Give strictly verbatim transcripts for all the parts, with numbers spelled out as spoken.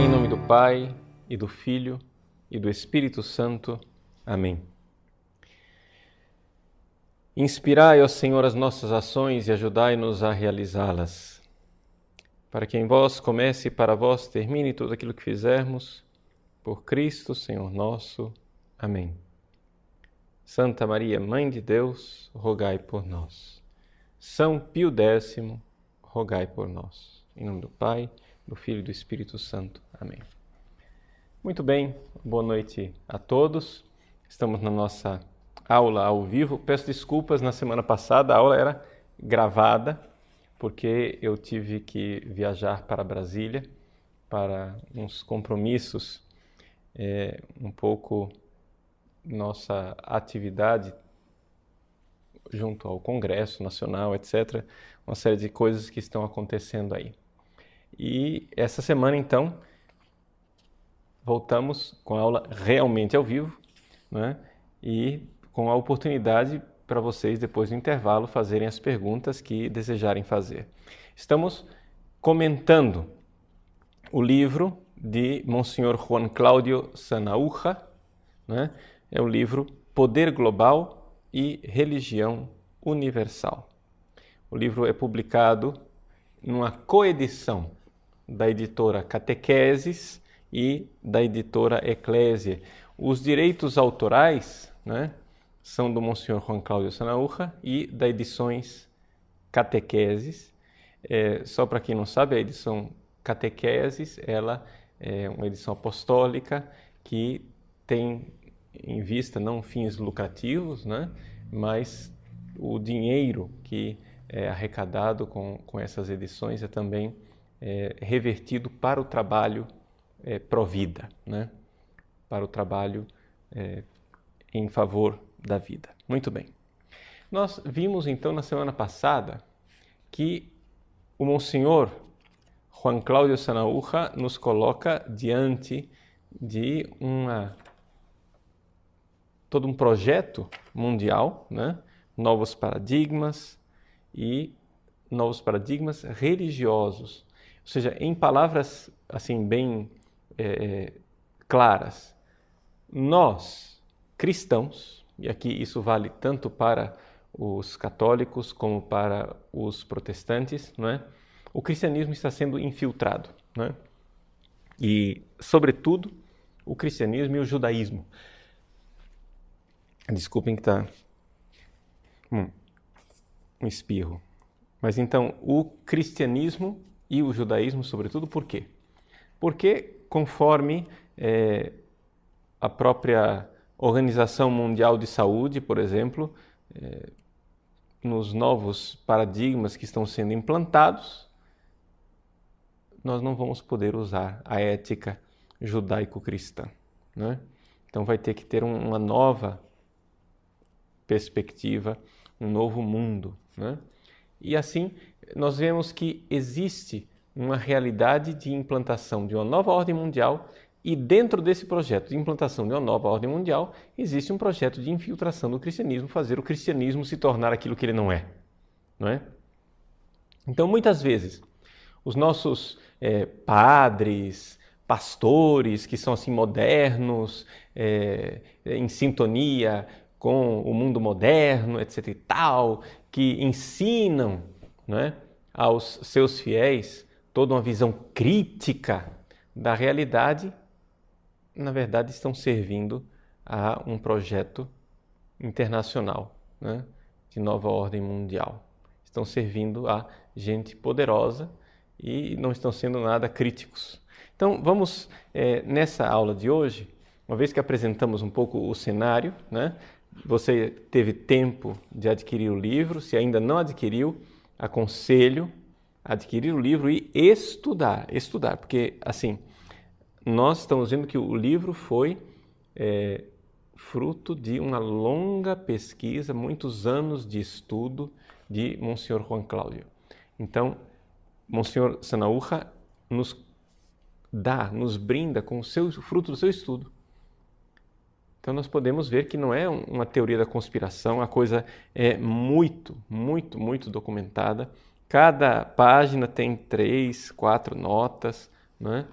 Em nome do Pai, e do Filho, e do Espírito Santo. Amém. Inspirai, ó Senhor, as nossas ações e ajudai-nos a realizá-las. Para que em vós comece e para vós termine tudo aquilo que fizermos, por Cristo, Senhor nosso. Amém. Santa Maria, Mãe de Deus, rogai por nós. São Pio Décimo, rogai por nós. Em nome do Pai, do Filho e do Espírito Santo. Amém. Muito bem, boa noite a todos. Estamos na nossa aula ao vivo. Peço desculpas, na semana passada a aula era gravada, porque eu tive que viajar para Brasília para uns compromissos, é, um pouco nossa atividade junto ao Congresso Nacional, etcétera. Uma série de coisas que estão acontecendo aí. E essa semana, então, voltamos com a aula realmente ao vivo, né? E com a oportunidade para vocês, depois do intervalo, fazerem as perguntas que desejarem fazer. Estamos comentando o livro de Monsenhor Juan Cláudio Sanahúja, né? É o livro Poder Global e Religião Universal. O livro é publicado numa coedição da editora Catequeses e da editora Eclésia. Os direitos autorais, né, são do Monsenhor Juan Cláudio Sanahúja e da Edições Catequeses. É, só para quem não sabe, a edição Catequeses, ela é uma edição apostólica que tem em vista não fins lucrativos, né, mas o dinheiro que é arrecadado com, com essas edições é também é, revertido para o trabalho é, pró-vida, né? Para o trabalho é, em favor da vida. Muito bem. Nós vimos então na semana passada que o Monsenhor Juan Cláudio Sanahúja nos coloca diante de uma, todo um projeto mundial, né? Novos paradigmas e novos paradigmas religiosos. Ou seja, em palavras assim bem é, claras, nós, cristãos, e aqui isso vale tanto para os católicos como para os protestantes, não é? O cristianismo está sendo infiltrado, não é? E, sobretudo, o cristianismo e o judaísmo. Desculpem que está hum, um espirro. Mas então, o cristianismo e o judaísmo, sobretudo, por quê? Porque, conforme é, a própria Organização Mundial de Saúde, por exemplo, é, nos novos paradigmas que estão sendo implantados, nós não vamos poder usar a ética judaico-cristã, né? Então vai ter que ter um, uma nova perspectiva, um novo mundo, né? E assim, nós vemos que existe uma realidade de implantação de uma nova ordem mundial e dentro desse projeto de implantação de uma nova ordem mundial, existe um projeto de infiltração do cristianismo, fazer o cristianismo se tornar aquilo que ele não é, não é? Então, muitas vezes, os nossos é, padres, pastores, que são assim modernos, é, em sintonia com o mundo moderno, etc e tal, que ensinam, né, aos seus fiéis toda uma visão crítica da realidade, na verdade estão servindo a um projeto internacional, né, de nova ordem mundial. Estão servindo a gente poderosa e não estão sendo nada críticos. Então vamos, é, nessa aula de hoje, uma vez que apresentamos um pouco o cenário, né, você teve tempo de adquirir o livro. Se ainda não adquiriu, aconselho a adquirir o livro e estudar, estudar, porque assim, nós estamos vendo que o livro foi é, fruto de uma longa pesquisa, muitos anos de estudo de Monsenhor Juan Cláudio. Então, Monsenhor Sanahúja nos dá, nos brinda com o seu, o fruto do seu estudo. Então nós podemos ver que não é uma teoria da conspiração, a coisa é muito, muito, muito documentada. Cada página tem três, quatro notas, né?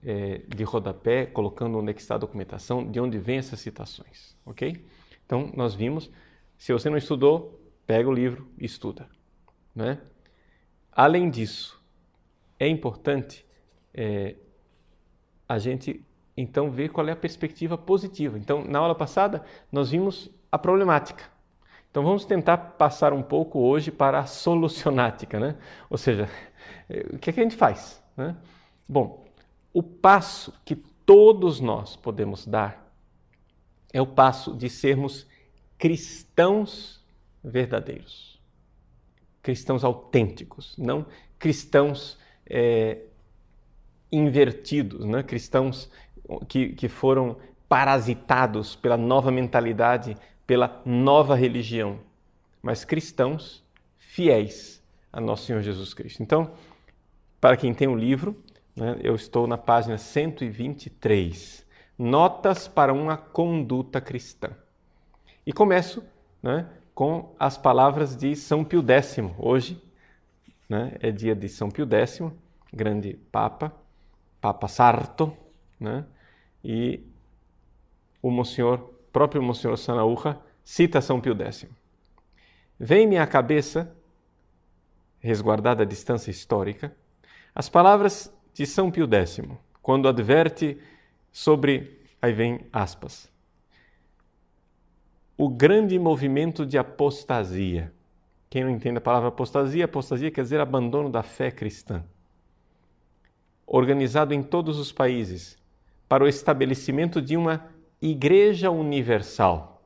é, de rodapé, colocando onde é que está a documentação, de onde vem essas citações, ok? Então, nós vimos, se você não estudou, pega o livro e estuda, né? Além disso, é importante é, a gente, então, ver qual é a perspectiva positiva. Então, na aula passada, nós vimos a problemática. Então, vamos tentar passar um pouco hoje para a solucionática, né? Ou seja, o que é que a gente faz, né? Bom, o passo que todos nós podemos dar é o passo de sermos cristãos verdadeiros, cristãos autênticos, não cristãos é, invertidos, né? Cristãos que, que foram parasitados pela nova mentalidade, pela nova religião, mas cristãos fiéis a nosso Senhor Jesus Cristo. Então, para quem tem o livro, né, eu estou na página cento e vinte e três, Notas para uma conduta cristã. E começo, né, com as palavras de São Pio X. Hoje, né, é dia de São Pio X, grande Papa, Papa Sarto, né, e o Monsenhor, próprio Monsenhor Sanahúja cita São Pio X. Vem-me à cabeça, resguardada a distância histórica, as palavras de São Pio X, quando adverte sobre, aí vem aspas, o grande movimento de apostasia. Quem não entende a palavra apostasia, apostasia quer dizer abandono da fé cristã. Organizado em todos os países para o estabelecimento de uma Igreja Universal.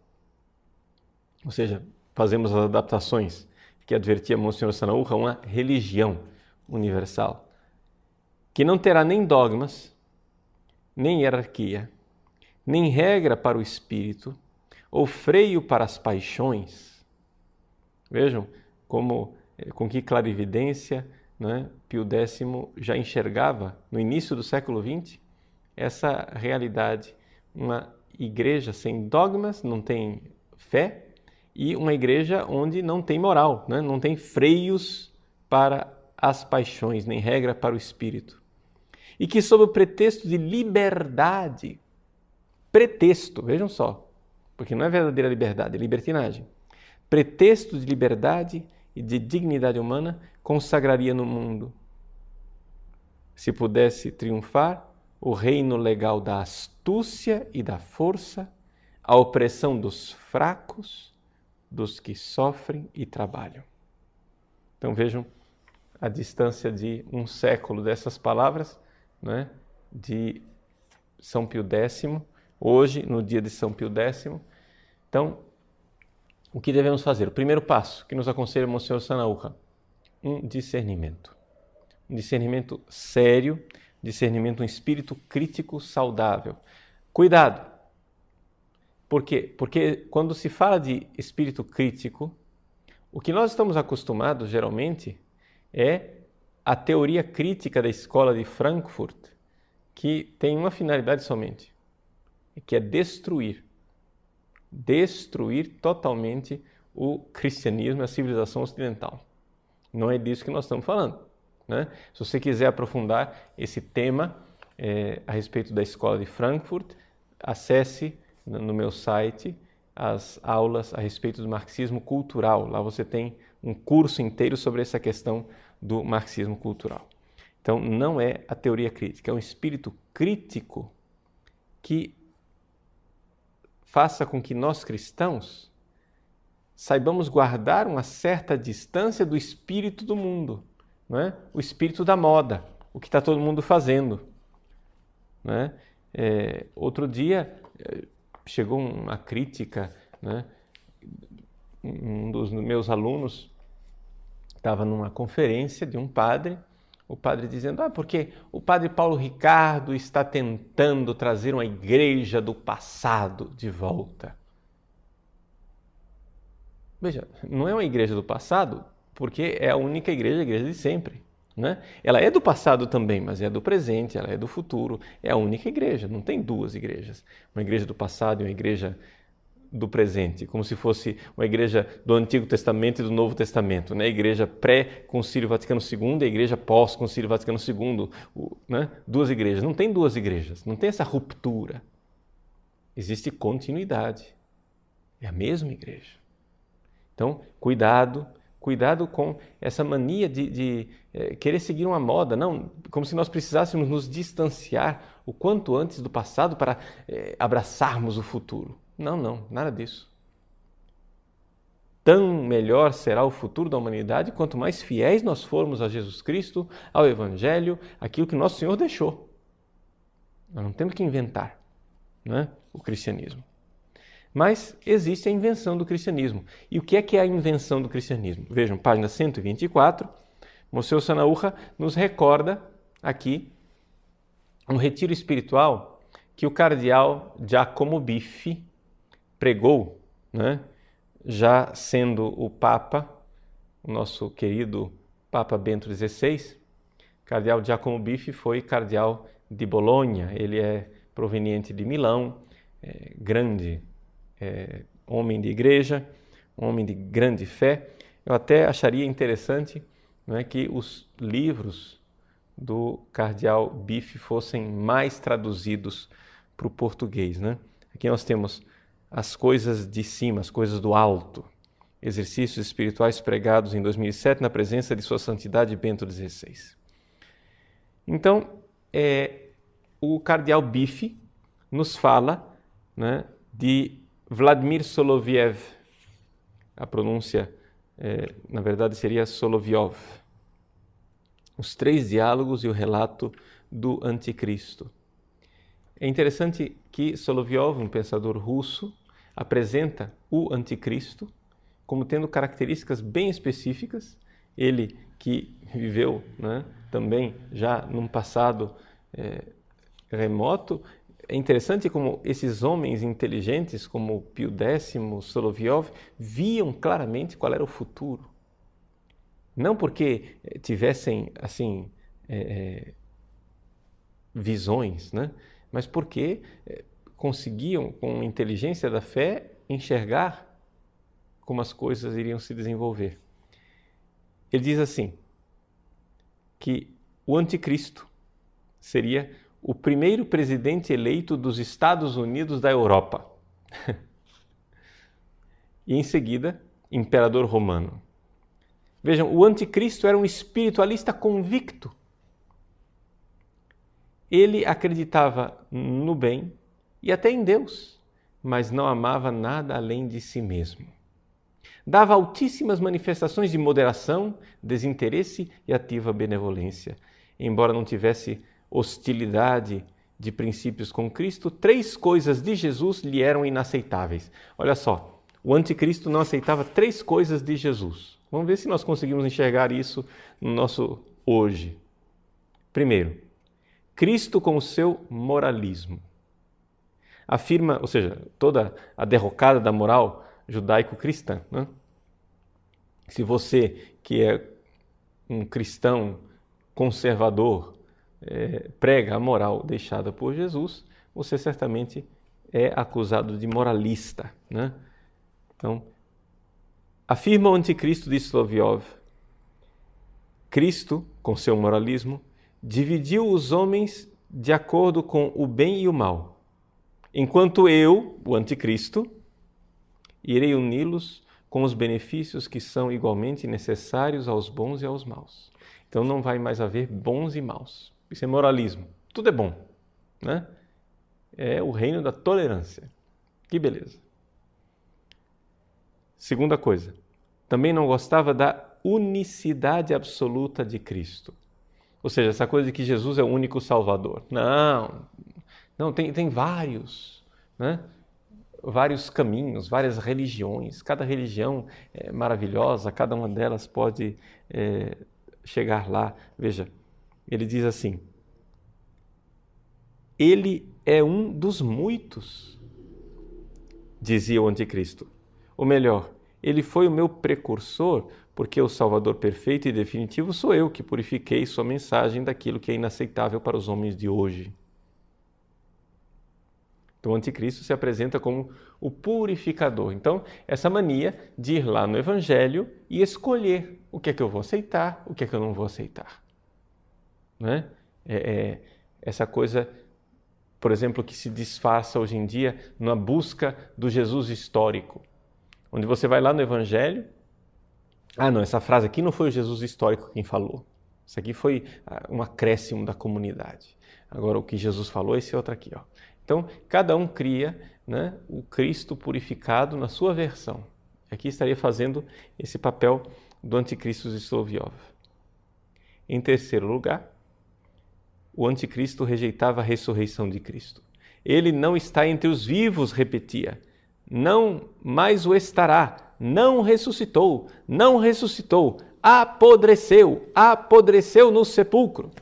Ou seja, fazemos as adaptações que advertia Monsenhor Sanahúja, uma religião universal, que não terá nem dogmas, nem hierarquia, nem regra para o espírito, ou freio para as paixões. Vejam como, com que clarividência, né, Pio X já enxergava, no início do século vinte, essa realidade, uma igreja sem dogmas, não tem fé, e uma igreja onde não tem moral, né, não tem freios para as paixões, nem regra para o espírito. E que sob o pretexto de liberdade, pretexto, vejam só, porque não é verdadeira liberdade, é libertinagem, pretexto de liberdade e de dignidade humana, consagraria no mundo, se pudesse triunfar, o reino legal da astúcia e da força, a opressão dos fracos, dos que sofrem e trabalham. Então vejam a distância de um século dessas palavras, né, de São Pio X, hoje, no dia de São Pio X. Então, o que devemos fazer? O primeiro passo que nos aconselha o Monsenhor Sanahúja, um discernimento. Um discernimento sério, discernimento, um espírito crítico saudável. Cuidado! Por quê? Porque quando se fala de espírito crítico, o que nós estamos acostumados, geralmente, é a teoria crítica da escola de Frankfurt, que tem uma finalidade somente, que é destruir. Destruir totalmente o cristianismo e a civilização ocidental. Não é disso que nós estamos falando, né? Se você quiser aprofundar esse tema é, a respeito da escola de Frankfurt, acesse no meu site as aulas a respeito do marxismo cultural. Lá você tem um curso inteiro sobre essa questão do marxismo cultural. Então, não é a teoria crítica, é um espírito crítico que faça com que nós cristãos saibamos guardar uma certa distância do espírito do mundo, não é? O espírito da moda, o que está todo mundo fazendo. Não é? É, outro dia chegou uma crítica, né? Um dos meus alunos estava numa conferência de um padre, o padre dizendo, ah, porque o padre Paulo Ricardo está tentando trazer uma igreja do passado de volta. Veja, não é uma igreja do passado, porque é a única igreja, a igreja de sempre, né? Ela é do passado também, mas é do presente, ela é do futuro, é a única igreja, não tem duas igrejas. Uma igreja do passado e uma igreja do presente, como se fosse uma igreja do Antigo Testamento e do Novo Testamento, né? A igreja pré-Concílio Vaticano segundo e a igreja pós-Concílio Vaticano segundo, né? Duas igrejas. Não tem duas igrejas, não tem essa ruptura. Existe continuidade. É a mesma igreja. Então, cuidado, cuidado com essa mania de, de é, querer seguir uma moda, não, como se nós precisássemos nos distanciar o quanto antes do passado para é, abraçarmos o futuro. Não, não, nada disso. Tão melhor será o futuro da humanidade quanto mais fiéis nós formos a Jesus Cristo, ao Evangelho, aquilo que nosso Senhor deixou. Nós não temos que inventar, né, o cristianismo. Mas existe a invenção do cristianismo. E o que é que é a invenção do cristianismo? Vejam, página cento e vinte e quatro, Monseigneur Sanahúja nos recorda aqui um retiro espiritual que o cardeal Giacomo Biffi pregou, né? Já sendo o Papa, o nosso querido Papa Bento dezesseis. Cardeal Giacomo Biffi foi cardeal de Bolonha, ele é proveniente de Milão, é, grande é, homem de igreja, homem de grande fé. Eu até acharia interessante, não é, que os livros do cardeal Biffi fossem mais traduzidos para o português, né? Aqui nós temos As Coisas de Cima, As Coisas do Alto, exercícios espirituais pregados em dois mil e sete na presença de Sua Santidade Bento dezesseis. Então, é, o cardeal Biffi nos fala, né, de Vladimir Soloviev, a pronúncia, é, na verdade, seria Soloviov. Os três diálogos e o relato do Anticristo. É interessante que Soloviov, um pensador russo, apresenta o Anticristo como tendo características bem específicas. Ele que viveu, né, também já num passado é, remoto. É interessante como esses homens inteligentes, como Pio X, Soloviov, viam claramente qual era o futuro. Não porque tivessem assim é, visões, né? Mas porque é, conseguiam, com a inteligência da fé, enxergar como as coisas iriam se desenvolver. Ele diz assim, que o Anticristo seria o primeiro presidente eleito dos Estados Unidos da Europa. E em seguida, imperador romano. Vejam, o Anticristo era um espiritualista convicto. Ele acreditava no bem e até em Deus, mas não amava nada além de si mesmo. Dava altíssimas manifestações de moderação, desinteresse e ativa benevolência. Embora não tivesse hostilidade de princípios com Cristo, três coisas de Jesus lhe eram inaceitáveis. Olha só, o Anticristo não aceitava três coisas de Jesus. Vamos ver se nós conseguimos enxergar isso no nosso hoje. Primeiro, Cristo com o seu moralismo. Afirma, ou seja, toda a derrocada da moral judaico-cristã, né? Se você, que é um cristão conservador, é, prega a moral deixada por Jesus, você certamente é acusado de moralista, né? Então, afirma o Anticristo de Soloviov, Cristo, com seu moralismo, dividiu os homens de acordo com o bem e o mal, enquanto eu, o Anticristo, irei uni-los com os benefícios que são igualmente necessários aos bons e aos maus. Então não vai mais haver bons e maus. Isso é moralismo. Tudo é bom, né? É o reino da tolerância. Que beleza. Segunda coisa, também não gostava da unicidade absoluta de Cristo. Ou seja, essa coisa de que Jesus é o único Salvador. Não, não tem, tem vários, né? Vários caminhos, várias religiões. Cada religião é maravilhosa, cada uma delas pode é, chegar lá. Veja, ele diz assim, ele é um dos muitos, dizia o Anticristo. Ou melhor, ele foi o meu precursor, porque o Salvador perfeito e definitivo sou eu que purifiquei sua mensagem daquilo que é inaceitável para os homens de hoje. Então, o anticristo se apresenta como o purificador. Então, essa mania de ir lá no Evangelho e escolher o que é que eu vou aceitar, o que é que eu não vou aceitar. Né? É, é, essa coisa, por exemplo, que se disfarça hoje em dia na busca do Jesus histórico. Onde você vai lá no Evangelho, ah não, essa frase aqui não foi o Jesus histórico quem falou. Isso aqui foi um acréscimo da comunidade. Agora, o que Jesus falou, esse outro aqui, ó. Então, cada um cria, né, o Cristo purificado na sua versão. Aqui estaria fazendo esse papel do anticristo Soloviov. Em terceiro lugar, o anticristo rejeitava a ressurreição de Cristo. Ele não está entre os vivos, repetia. Não mais o estará. Não ressuscitou. Não ressuscitou. Apodreceu. Apodreceu no sepulcro.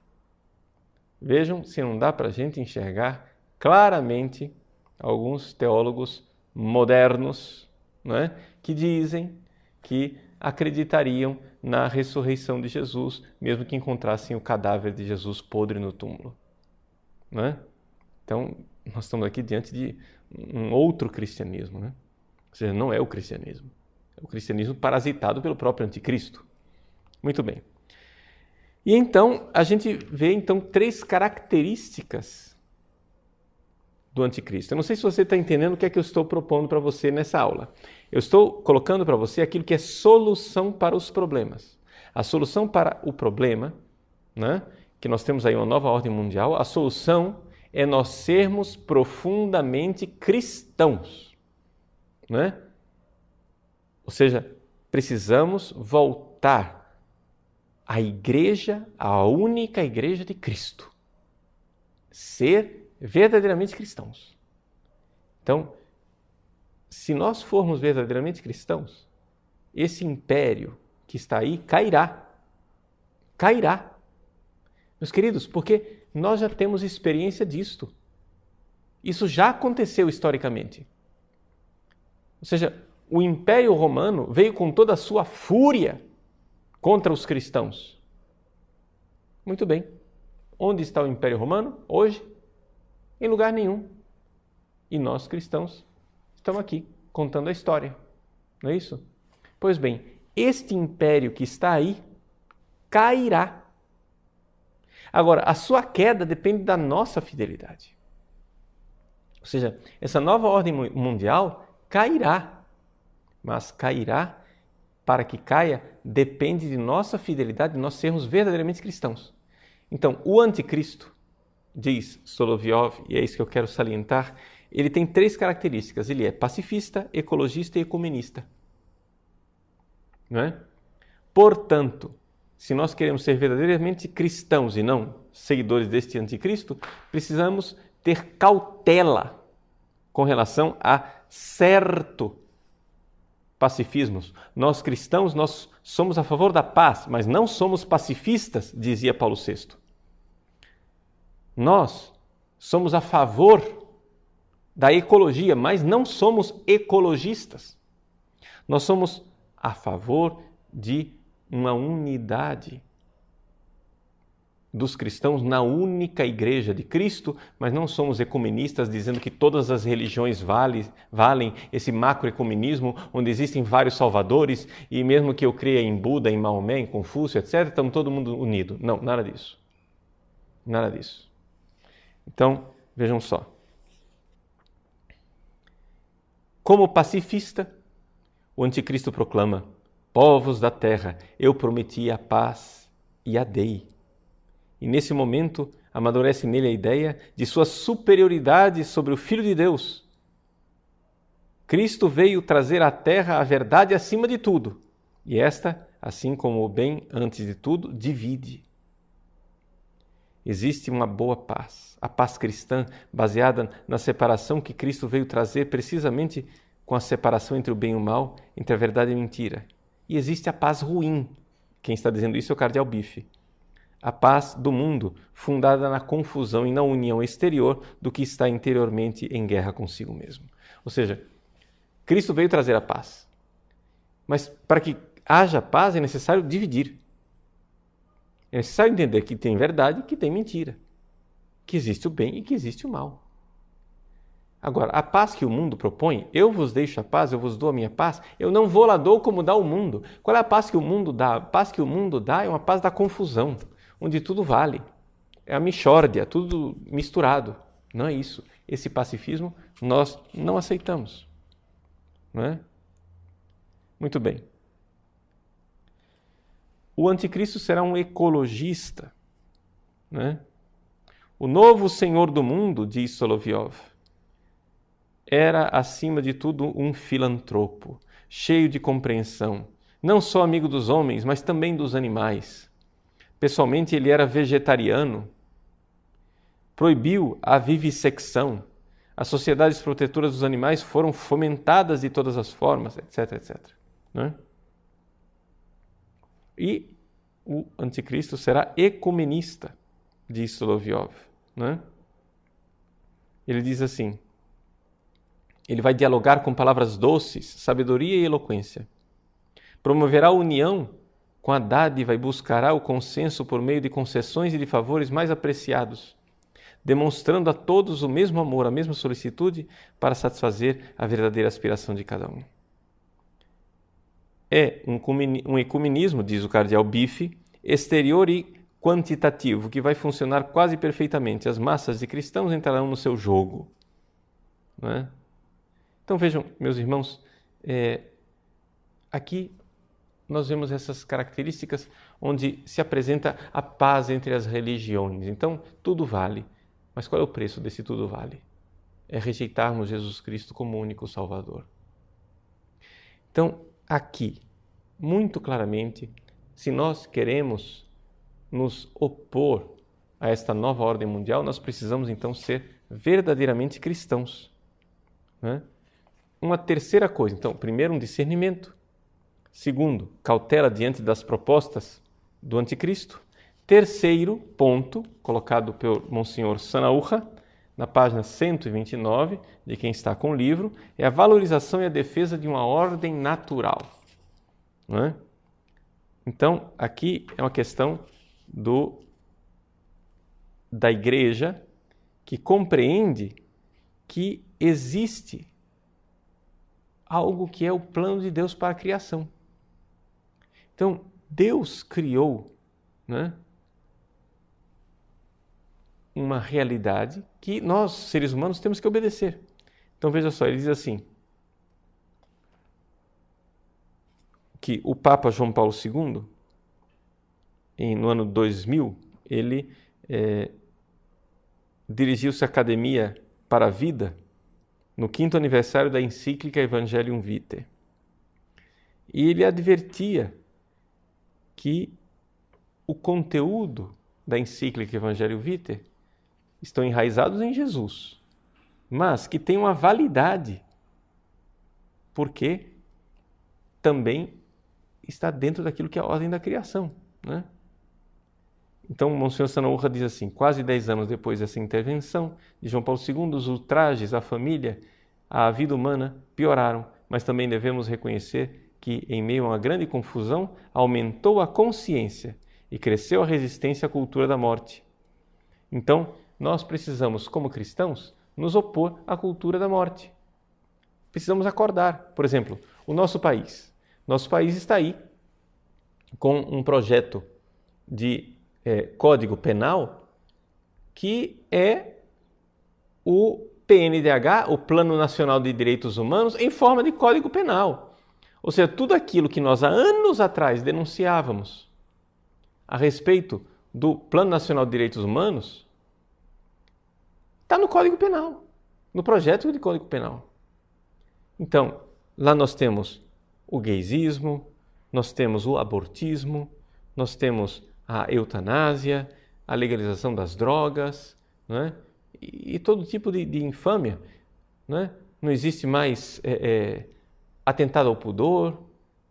Vejam se não dá para a gente enxergar claramente alguns teólogos modernos, não é? Que dizem que acreditariam na ressurreição de Jesus, mesmo que encontrassem o cadáver de Jesus podre no túmulo. Não é? Então, nós estamos aqui diante de um outro cristianismo. Né? Ou seja, não é o cristianismo. É o cristianismo parasitado pelo próprio anticristo. Muito bem. E então, a gente vê então três características do anticristo. Eu não sei se você está entendendo o que é que eu estou propondo para você nessa aula. Eu estou colocando para você aquilo que é solução para os problemas. A solução para o problema, né, que nós temos aí uma nova ordem mundial, a solução é nós sermos profundamente cristãos. Né? Ou seja, precisamos voltar à igreja, à única igreja de Cristo. Ser verdadeiramente cristãos. Então, se nós formos verdadeiramente cristãos, esse império que está aí cairá. Cairá. Meus queridos, porque nós já temos experiência disto. Isso já aconteceu historicamente. Ou seja, o Império Romano veio com toda a sua fúria contra os cristãos. Muito bem. Onde está o Império Romano hoje? Em lugar nenhum. E nós, cristãos, estamos aqui contando a história. Não é isso? Pois bem, este império que está aí cairá. Agora, a sua queda depende da nossa fidelidade. Ou seja, essa nova ordem mundial cairá. Mas cairá, para que caia, depende de nossa fidelidade, de nós sermos verdadeiramente cristãos. Então, o anticristo, diz Soloviov, e é isso que eu quero salientar, ele tem três características. Ele é pacifista, ecologista e ecumenista. Não é? Portanto, se nós queremos ser verdadeiramente cristãos e não seguidores deste anticristo, precisamos ter cautela com relação a certo pacifismos. Nós cristãos, nós somos a favor da paz, mas não somos pacifistas, dizia Paulo sexto. Nós somos a favor da ecologia, mas não somos ecologistas. Nós somos a favor de uma unidade dos cristãos na única igreja de Cristo, mas não somos ecumenistas dizendo que todas as religiões valem, valem esse macroecumenismo, onde existem vários salvadores e mesmo que eu creia em Buda, em Maomé, em Confúcio, etcétera, estamos todo mundo unido. Não, nada disso. Nada disso. Então, vejam só. Como pacifista, o anticristo proclama: povos da terra, eu prometi a paz e a dei. E nesse momento amadurece nele a ideia de sua superioridade sobre o Filho de Deus. Cristo veio trazer à terra a verdade acima de tudo. E esta, assim como o bem antes de tudo, divide. Existe uma boa paz, a paz cristã, baseada na separação que Cristo veio trazer precisamente com a separação entre o bem e o mal, entre a verdade e a mentira. E existe a paz ruim. Quem está dizendo isso é o cardeal Bife. A paz do mundo, fundada na confusão e na união exterior do que está interiormente em guerra consigo mesmo. Ou seja, Cristo veio trazer a paz. Mas para que haja paz é necessário dividir. É necessário entender que tem verdade e que tem mentira. Que existe o bem e que existe o mal. Agora, a paz que o mundo propõe, eu vos deixo a paz, eu vos dou a minha paz, eu não vou lá dou como dá o mundo. Qual é a paz que o mundo dá? A paz que o mundo dá é uma paz da confusão, onde tudo vale. É a mixórdia, tudo misturado. Não é isso. Esse pacifismo nós não aceitamos. Não é? Muito bem. O anticristo será um ecologista. Não é? O novo senhor do mundo, diz Solovyov, era, acima de tudo, um filantropo, cheio de compreensão, não só amigo dos homens, mas também dos animais. Pessoalmente, ele era vegetariano, proibiu a vivissecção, as sociedades protetoras dos animais foram fomentadas de todas as formas, etc, etcétera. Né? E o anticristo será ecumenista, diz Solovyov. Né? Ele diz assim, ele vai dialogar com palavras doces, sabedoria e eloquência. Promoverá a união com a dádiva e buscará o consenso por meio de concessões e de favores mais apreciados, demonstrando a todos o mesmo amor, a mesma solicitude para satisfazer a verdadeira aspiração de cada um. É um ecumenismo, diz o cardeal Biffe, exterior e quantitativo, que vai funcionar quase perfeitamente. As massas de cristãos entrarão no seu jogo. Não é? Então vejam, meus irmãos, é, aqui nós vemos essas características onde se apresenta a paz entre as religiões. Então, tudo vale. Mas qual é o preço desse tudo vale? É rejeitarmos Jesus Cristo como único Salvador. Então, aqui, muito claramente, se nós queremos nos opor a esta nova ordem mundial, nós precisamos então ser verdadeiramente cristãos. Né? Uma terceira coisa, então, primeiro, um discernimento. Segundo, cautela diante das propostas do anticristo. Terceiro ponto, colocado pelo Monsenhor Sanaúja, na página cento e vinte e nove, de quem está com o livro, é a valorização e a defesa de uma ordem natural. Não é? Então, aqui é uma questão do, da igreja que compreende que existe algo que é o plano de Deus para a criação. Então, Deus criou, né, uma realidade que nós, seres humanos, temos que obedecer. Então, veja só, ele diz assim, que o Papa João Paulo segundo, em, no ano dois mil, ele é, dirigiu-se à Academia para a Vida, no quinto aniversário da encíclica Evangelium Vitae. E ele advertia que o conteúdo da encíclica Evangelium Vitae estão enraizados em Jesus, mas que tem uma validade, porque também está dentro daquilo que é a ordem da criação. Né? Então, o Monsenhor Sanaúja diz assim, quase dez anos depois dessa intervenção de João Paulo segundo, os ultrajes à família, à vida humana, pioraram, mas também devemos reconhecer que, em meio a uma grande confusão, aumentou a consciência e cresceu a resistência à cultura da morte. Então, nós precisamos, como cristãos, nos opor à cultura da morte. Precisamos acordar. Por exemplo, o nosso país. Nosso país está aí com um projeto de é, Código Penal que é o P N D H, o Plano Nacional de Direitos Humanos, em forma de Código Penal. Ou seja, tudo aquilo que nós há anos atrás denunciávamos a respeito do Plano Nacional de Direitos Humanos está no Código Penal, no projeto de Código Penal. Então, lá nós temos o gaysismo, nós temos o abortismo, nós temos a eutanásia, a legalização das drogas, né? e, e todo tipo de, de infâmia. Né? Não existe mais é, é, atentado ao pudor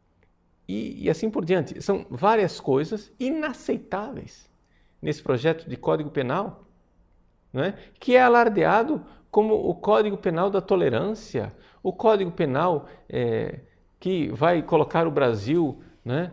e, e assim por diante. São várias coisas inaceitáveis nesse projeto de Código Penal, né? que é alardeado como o Código Penal da tolerância, o Código Penal é, que vai colocar o Brasil, né,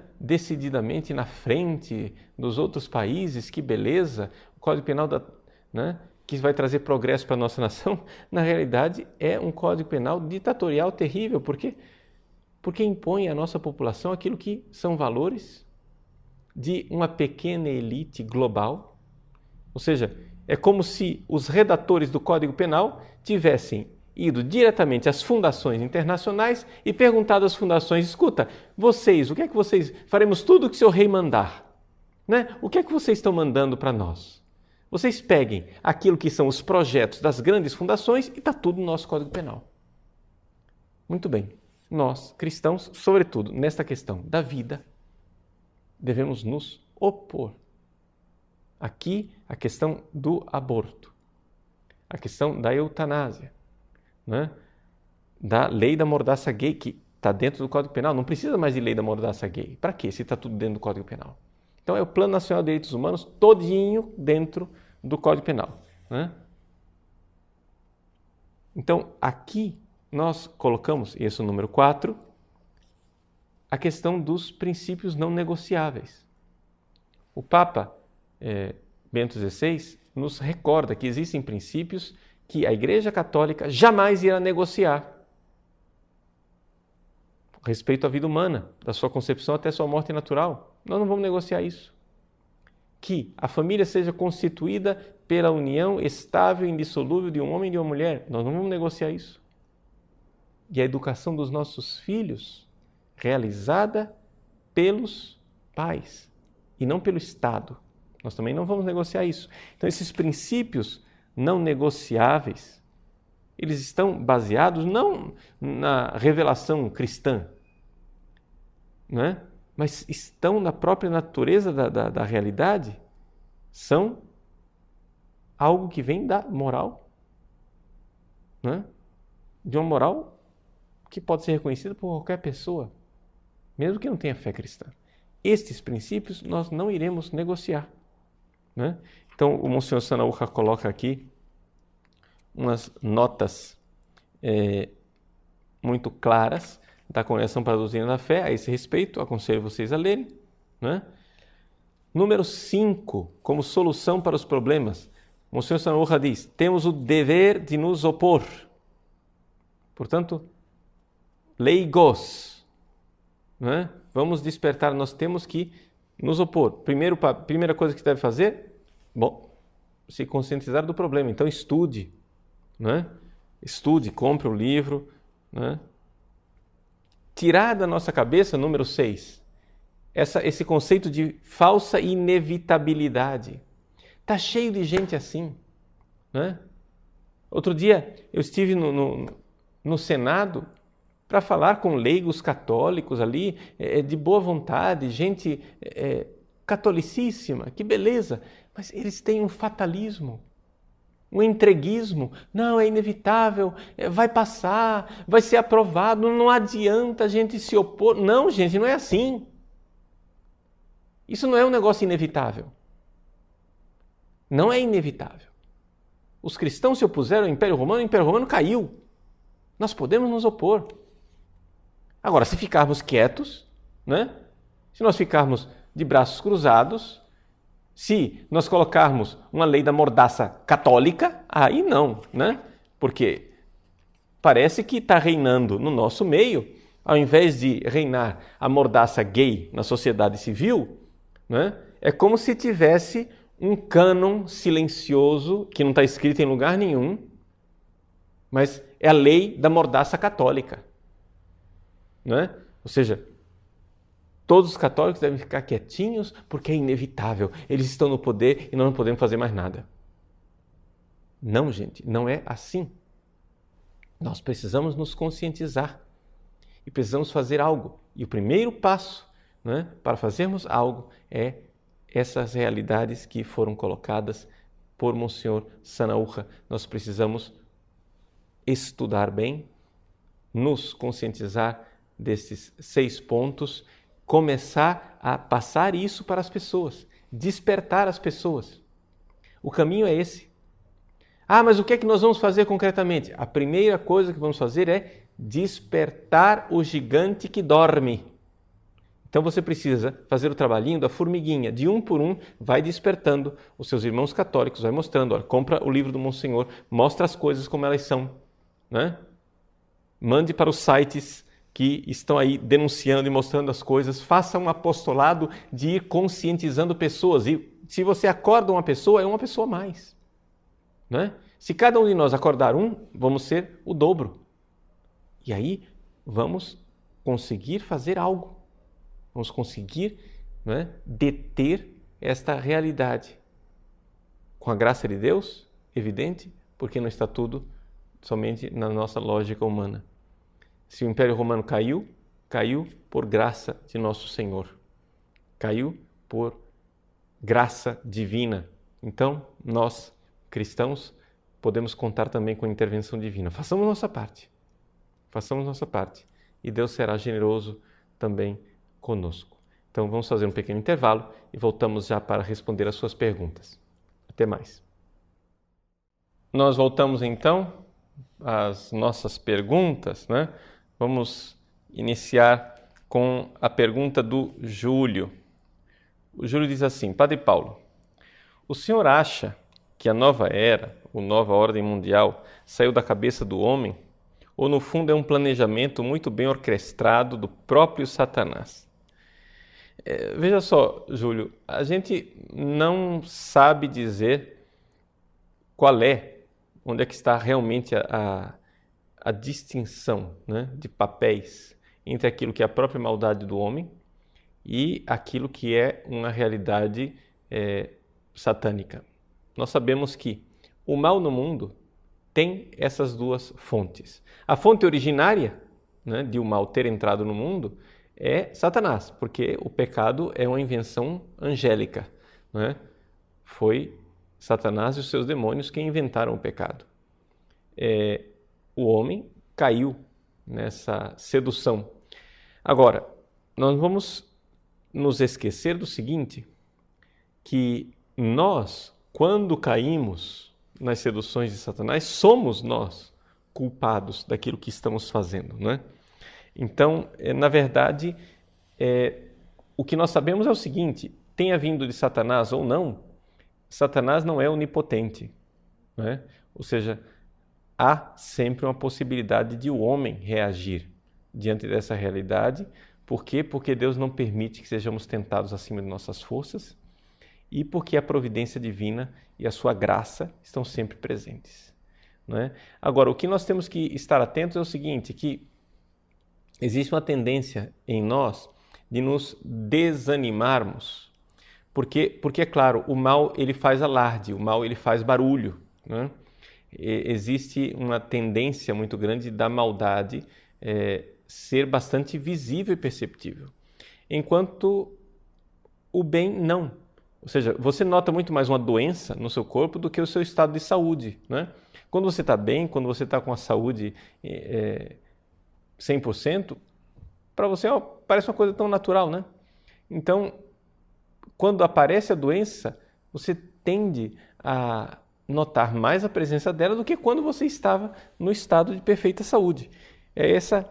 decididamente na frente dos outros países, que beleza, o Código Penal da... Né? que vai trazer progresso para a nossa nação, na realidade é um Código Penal ditatorial terrível. Por quê? Porque impõe à nossa população aquilo que são valores de uma pequena elite global. Ou seja, é como se os redatores do Código Penal tivessem ido diretamente às fundações internacionais e perguntado às fundações: escuta, vocês, o que é que vocês... faremos tudo o que o seu rei mandar. Né? O que é que vocês estão mandando para nós? Vocês peguem aquilo que são os projetos das grandes fundações e está tudo no nosso Código Penal. Muito bem. Nós, cristãos, sobretudo nesta questão da vida, devemos nos opor. Aqui, a questão do aborto, a questão da eutanásia, né? Da lei da mordaça gay, que está dentro do Código Penal. Não precisa mais de lei da mordaça gay. Para quê, se está tudo dentro do Código Penal? Então, é o Plano Nacional de Direitos Humanos todinho dentro do Código Penal, né? Então, aqui nós colocamos, e esse é o número quatro, a questão dos princípios não negociáveis. O Papa é, Bento dezesseis nos recorda que existem princípios que a Igreja Católica jamais irá negociar. Respeito à vida humana, da sua concepção até sua morte natural. Nós não vamos negociar isso. Que a família seja constituída pela união estável e indissolúvel de um homem e de uma mulher. Nós não vamos negociar isso. E a educação dos nossos filhos realizada pelos pais e não pelo Estado. Nós também não vamos negociar isso. Então, esses princípios não negociáveis, eles estão baseados não na revelação cristã, né? Mas estão na própria natureza da, da, da realidade, são algo que vem da moral, né? De uma moral que pode ser reconhecida por qualquer pessoa, mesmo que não tenha fé cristã. Estes princípios nós não iremos negociar, né? Então, o Monsenhor Sanaúja coloca aqui umas notas é, muito claras da Congregação para a Doutrina da Fé a esse respeito, aconselho vocês a lerem, né? Número cinco, como solução para os problemas, o Monsenhor Sanaúja diz: temos o dever de nos opor. Portanto, leigos, né? Vamos despertar, nós temos que nos opor. Primeiro, primeira coisa que deve fazer, bom, se conscientizar do problema. Então, estude, né? Estude, compre o livro, né? Tirar da nossa cabeça, número seis, essa, esse conceito de falsa inevitabilidade. Está cheio de gente assim, né? Outro dia eu estive no, no, no Senado para falar com leigos católicos ali, é, de boa vontade, gente é, catolicíssima, que beleza, mas eles têm um fatalismo, um entreguismo. Não, é inevitável, vai passar, vai ser aprovado, não adianta a gente se opor. Não, gente, não é assim. Isso não é um negócio inevitável. Não é inevitável. Os cristãos se opuseram ao Império Romano, o Império Romano caiu. Nós podemos nos opor. Agora, se ficarmos quietos, né? Se nós ficarmos de braços cruzados, se nós colocarmos uma lei da mordaça católica, aí não, né? Porque parece que está reinando no nosso meio, ao invés de reinar a mordaça gay na sociedade civil, né? É como se tivesse um cânon silencioso, que não está escrito em lugar nenhum, mas é a lei da mordaça católica, né? Ou seja, todos os católicos devem ficar quietinhos porque é inevitável. Eles estão no poder e nós não podemos fazer mais nada. Não, gente, não é assim. Nós precisamos nos conscientizar e precisamos fazer algo. E o primeiro passo, né, para fazermos algo é essas realidades que foram colocadas por Monsenhor Sanaúja. Nós precisamos estudar bem, nos conscientizar desses seis pontos, começar a passar isso para as pessoas, despertar as pessoas. O caminho é esse. Ah, mas o que é que nós vamos fazer concretamente? A primeira coisa que vamos fazer é despertar o gigante que dorme. Então você precisa fazer o trabalhinho da formiguinha, de um por um, vai despertando os seus irmãos católicos, vai mostrando, olha, compra o livro do Monsenhor, mostra as coisas como elas são, né? Mande para os sites que estão aí denunciando e mostrando as coisas, faça um apostolado de ir conscientizando pessoas. E se você acorda uma pessoa, é uma pessoa a mais, né? Se cada um de nós acordar um, vamos ser o dobro. E aí vamos conseguir fazer algo. Vamos conseguir, né, deter esta realidade. Com a graça de Deus, evidente, porque não está tudo somente na nossa lógica humana. Se o Império Romano caiu, caiu por graça de nosso Senhor. Caiu por graça divina. Então, nós, cristãos, podemos contar também com a intervenção divina. Façamos nossa parte. Façamos nossa parte. E Deus será generoso também conosco. Então vamos fazer um pequeno intervalo e voltamos já para responder as suas perguntas. Até mais. Nós voltamos então às nossas perguntas, né? Vamos iniciar com a pergunta do Júlio. O Júlio diz assim: Padre Paulo, o senhor acha que a nova era, ou nova ordem mundial, saiu da cabeça do homem? Ou no fundo é um planejamento muito bem orquestrado do próprio Satanás? É, veja só, Júlio, a gente não sabe dizer qual é, onde é que está realmente a, a, a distinção, né, de papéis entre aquilo que é a própria maldade do homem e aquilo que é uma realidade é, satânica. Nós sabemos que o mal no mundo tem essas duas fontes. A fonte originária, né, de o mal ter entrado no mundo é Satanás, porque o pecado é uma invenção angélica, né? Foi Satanás e os seus demônios que inventaram o pecado. É, o homem caiu nessa sedução. Agora, nós vamos nos esquecer do seguinte, que nós, quando caímos nas seduções de Satanás, somos nós culpados daquilo que estamos fazendo, né? Então, na verdade, é, o que nós sabemos é o seguinte, tenha vindo de Satanás ou não, Satanás não é onipotente, né? Ou seja, há sempre uma possibilidade de o homem reagir diante dessa realidade. Por quê? Porque Deus não permite que sejamos tentados acima de nossas forças e porque a providência divina e a sua graça estão sempre presentes, né? Agora, o que nós temos que estar atentos é o seguinte, que existe uma tendência em nós de nos desanimarmos, porque, porque é claro, o mal ele faz alarde, o mal ele faz barulho, né? E, existe uma tendência muito grande da maldade é, ser bastante visível e perceptível, enquanto o bem não. Ou seja, você nota muito mais uma doença no seu corpo do que o seu estado de saúde, né? Quando você está bem, quando você está com a saúde é, cem por cento, para você ó, parece uma coisa tão natural, né? Então, quando aparece a doença, você tende a notar mais a presença dela do que quando você estava no estado de perfeita saúde. É essa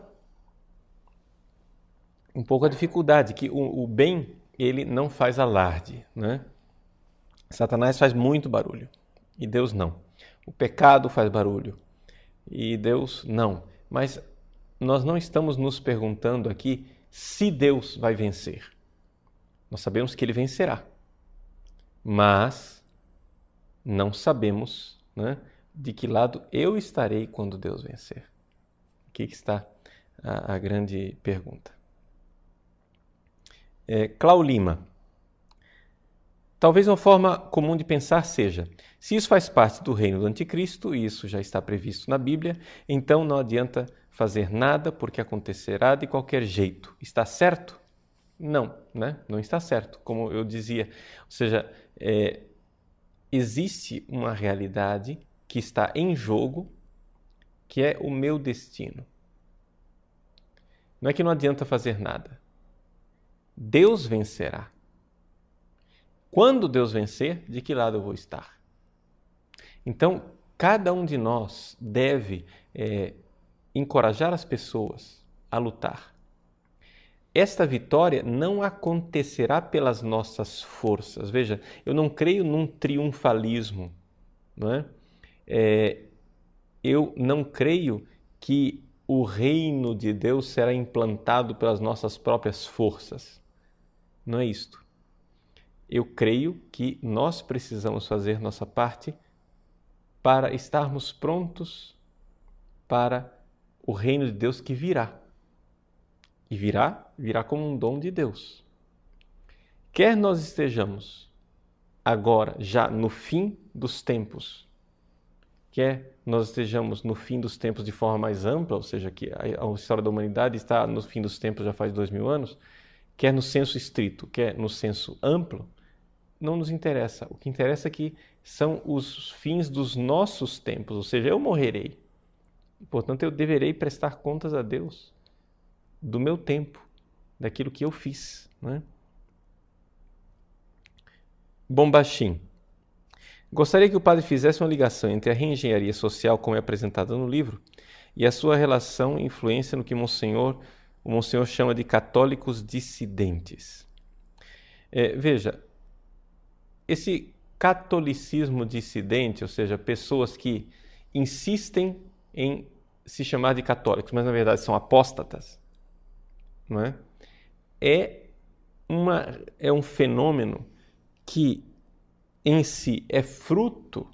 um pouco a dificuldade, que o, o bem, ele não faz alarde, né? Satanás faz muito barulho e Deus não. O pecado faz barulho e Deus não. Mas nós não estamos nos perguntando aqui se Deus vai vencer. Nós sabemos que Ele vencerá, mas não sabemos, né, de que lado eu estarei quando Deus vencer. Aqui que está a, a grande pergunta. É, Clau Lima. Talvez uma forma comum de pensar seja, se isso faz parte do reino do anticristo, e isso já está previsto na Bíblia, então não adianta fazer nada porque acontecerá de qualquer jeito. Está certo? Não, né? Não está certo, como eu dizia. Ou seja, é, existe uma realidade que está em jogo, que é o meu destino. Não é que não adianta fazer nada. Deus vencerá. Quando Deus vencer, de que lado eu vou estar? Então, cada um de nós deve é, encorajar as pessoas a lutar. esta vitória não acontecerá pelas nossas forças. Veja, eu não creio num triunfalismo, não é? É, eu não creio que o reino de Deus será implantado pelas nossas próprias forças. Não é isto. Eu creio que nós precisamos fazer nossa parte para estarmos prontos para o reino de Deus que virá. E virá, virá como um dom de Deus. Quer nós estejamos agora, já no fim dos tempos, quer nós estejamos no fim dos tempos de forma mais ampla, ou seja, que a história da humanidade está no fim dos tempos já faz dois mil anos, quer no senso estrito, quer no senso amplo, não nos interessa. O que interessa é que são os fins dos nossos tempos, ou seja, eu morrerei. Portanto, eu deverei prestar contas a Deus do meu tempo, daquilo que eu fiz, né? Bombachim. Gostaria que o padre fizesse uma ligação entre a reengenharia social, como é apresentada no livro, e a sua relação e influência no que Monsenhor, o Monsenhor chama de católicos dissidentes. É, veja, esse catolicismo dissidente, ou seja, pessoas que insistem em se chamar de católicos, mas na verdade são apóstatas, não é? É, uma, é um fenômeno que em si é fruto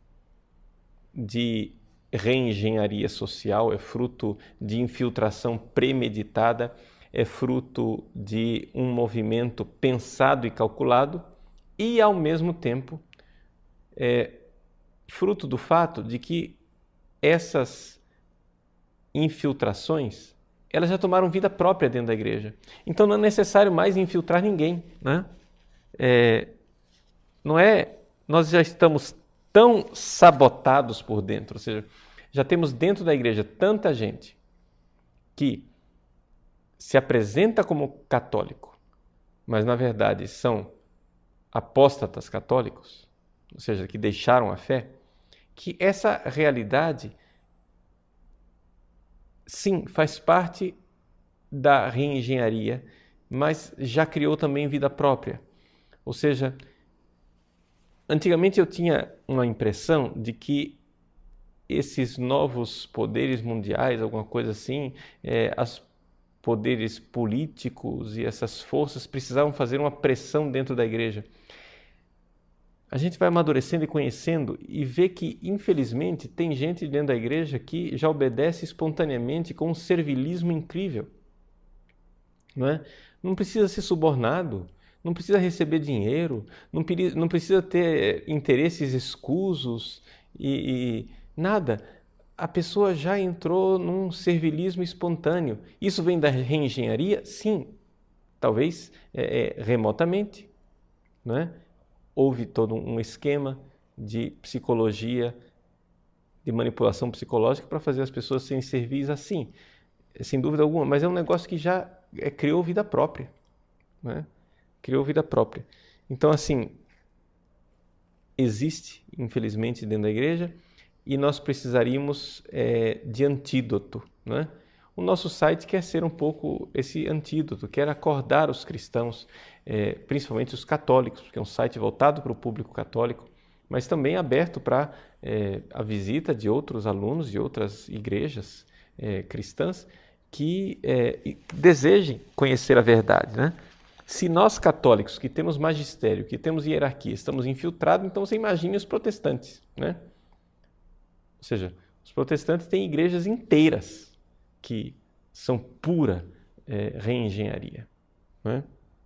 de reengenharia social, é fruto de infiltração premeditada, é fruto de um movimento pensado e calculado e, ao mesmo tempo, é fruto do fato de que essas infiltrações, elas já tomaram vida própria dentro da igreja. Então não é necessário mais infiltrar ninguém, né? É, não é, nós já estamos tão sabotados por dentro, ou seja, já temos dentro da igreja tanta gente que se apresenta como católico, mas na verdade são apóstatas católicos, ou seja, que deixaram a fé, que essa realidade, sim, faz parte da reengenharia, mas já criou também vida própria. Ou seja, antigamente eu tinha uma impressão de que esses novos poderes mundiais, alguma coisa assim, é, os poderes políticos e essas forças precisavam fazer uma pressão dentro da igreja. A gente vai amadurecendo e conhecendo e vê que, infelizmente, tem gente dentro da igreja que já obedece espontaneamente com um servilismo incrível. Não é? Não precisa ser subornado, não precisa receber dinheiro, não, não precisa ter interesses escusos e, e nada. A pessoa já entrou num servilismo espontâneo. Isso vem da reengenharia? Sim, talvez é, é, remotamente, não é? Houve todo um esquema de psicologia, de manipulação psicológica para fazer as pessoas serem servis assim, sem dúvida alguma, mas é um negócio que já é, criou vida própria, né? Criou vida própria. Então, assim, existe, infelizmente, dentro da igreja e nós precisaríamos é, de antídoto, né? O nosso site quer ser um pouco esse antídoto, quer acordar os cristãos, é, principalmente os católicos, porque é um site voltado para o público católico, mas também aberto para é, a visita de outros alunos de outras igrejas é, cristãs que é, desejem conhecer a verdade, né? Se nós católicos, que temos magistério, que temos hierarquia, estamos infiltrados, então você imagine os protestantes, né? Ou seja, os protestantes têm igrejas inteiras que são pura é, reengenharia, né?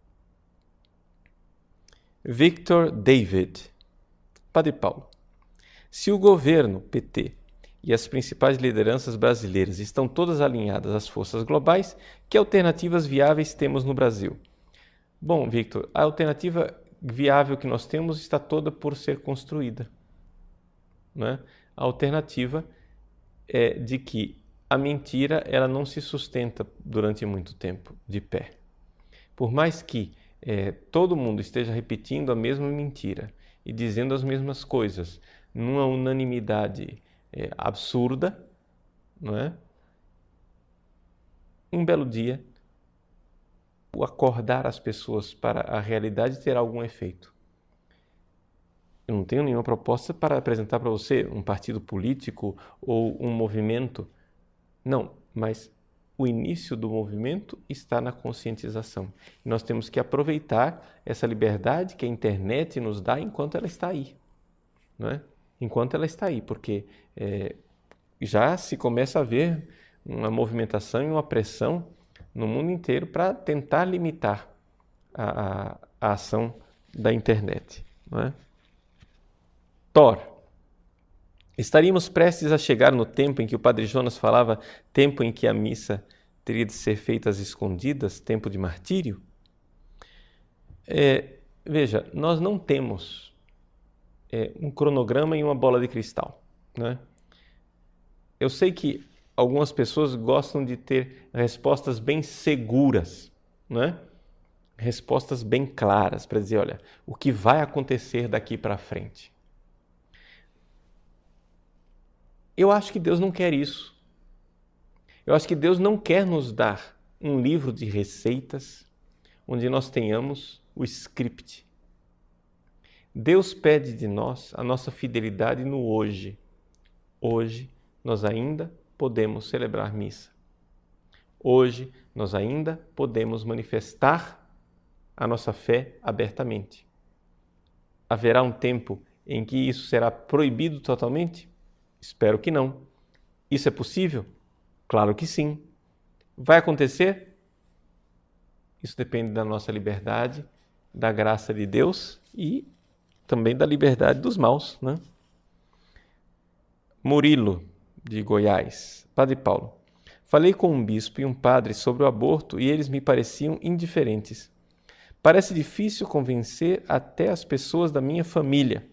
Victor David. Padre Paulo, se o governo P T e as principais lideranças brasileiras estão todas alinhadas às forças globais, que alternativas viáveis temos no Brasil? Bom, Victor, a alternativa viável que nós temos está toda por ser construída, né? A alternativa é de que a mentira ela não se sustenta durante muito tempo de pé. Por mais que é, todo mundo esteja repetindo a mesma mentira e dizendo as mesmas coisas numa unanimidade é, absurda, não é? Um belo dia o acordar as pessoas para a realidade terá algum efeito. Eu não tenho nenhuma proposta para apresentar para você um partido político ou um movimento. Não, mas o início do movimento está na conscientização. E nós temos que aproveitar essa liberdade que a internet nos dá enquanto ela está aí. Não é? Enquanto ela está aí, porque é, já se começa a ver uma movimentação e uma pressão no mundo inteiro para tentar limitar a, a, a ação da internet. Não é? Thor. Estaríamos prestes a chegar no tempo em que o Padre Jonas falava, tempo em que a missa teria de ser feita às escondidas, tempo de martírio? É, veja, nós não temos é, um cronograma e uma bola de cristal, né? Eu sei que algumas pessoas gostam de ter respostas bem seguras, né? Respostas bem claras para dizer, olha, o que vai acontecer daqui para frente. Eu acho que Deus não quer isso. Eu acho que Deus não quer nos dar um livro de receitas onde nós tenhamos o script. Deus pede de nós a nossa fidelidade no hoje. Hoje nós ainda podemos celebrar missa. Hoje nós ainda podemos manifestar a nossa fé abertamente. Haverá um tempo em que isso será proibido totalmente? Espero que não. Isso é possível? Claro que sim. Vai acontecer? Isso depende da nossa liberdade, da graça de Deus e também da liberdade dos maus, né? Murilo, de Goiás. Padre Paulo, falei com um bispo e um padre sobre o aborto e eles me pareciam indiferentes. Parece difícil convencer até as pessoas da minha família.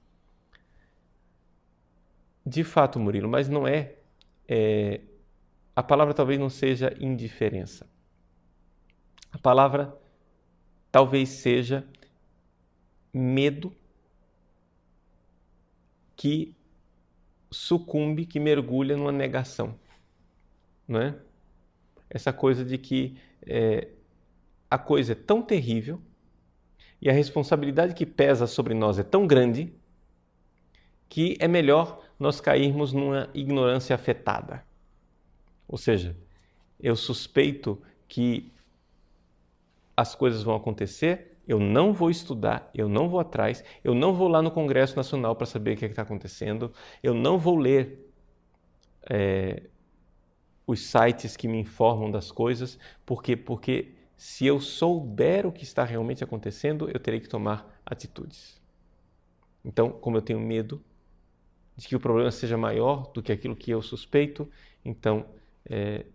De fato, Murilo, mas não é, é... A palavra talvez não seja indiferença. A palavra talvez seja medo que sucumbe, que mergulha numa negação. Não é? Essa coisa de que é, a coisa é tão terrível e a responsabilidade que pesa sobre nós é tão grande que é melhor nós cairmos numa ignorância afetada. Ou seja, eu suspeito que as coisas vão acontecer, eu não vou estudar, eu não vou atrás, eu não vou lá no Congresso Nacional para saber o que é está acontecendo, eu não vou ler é, os sites que me informam das coisas, porque, porque se eu souber o que está realmente acontecendo, eu terei que tomar atitudes. Então, como eu tenho medo de que o problema seja maior do que aquilo que eu suspeito, então, é,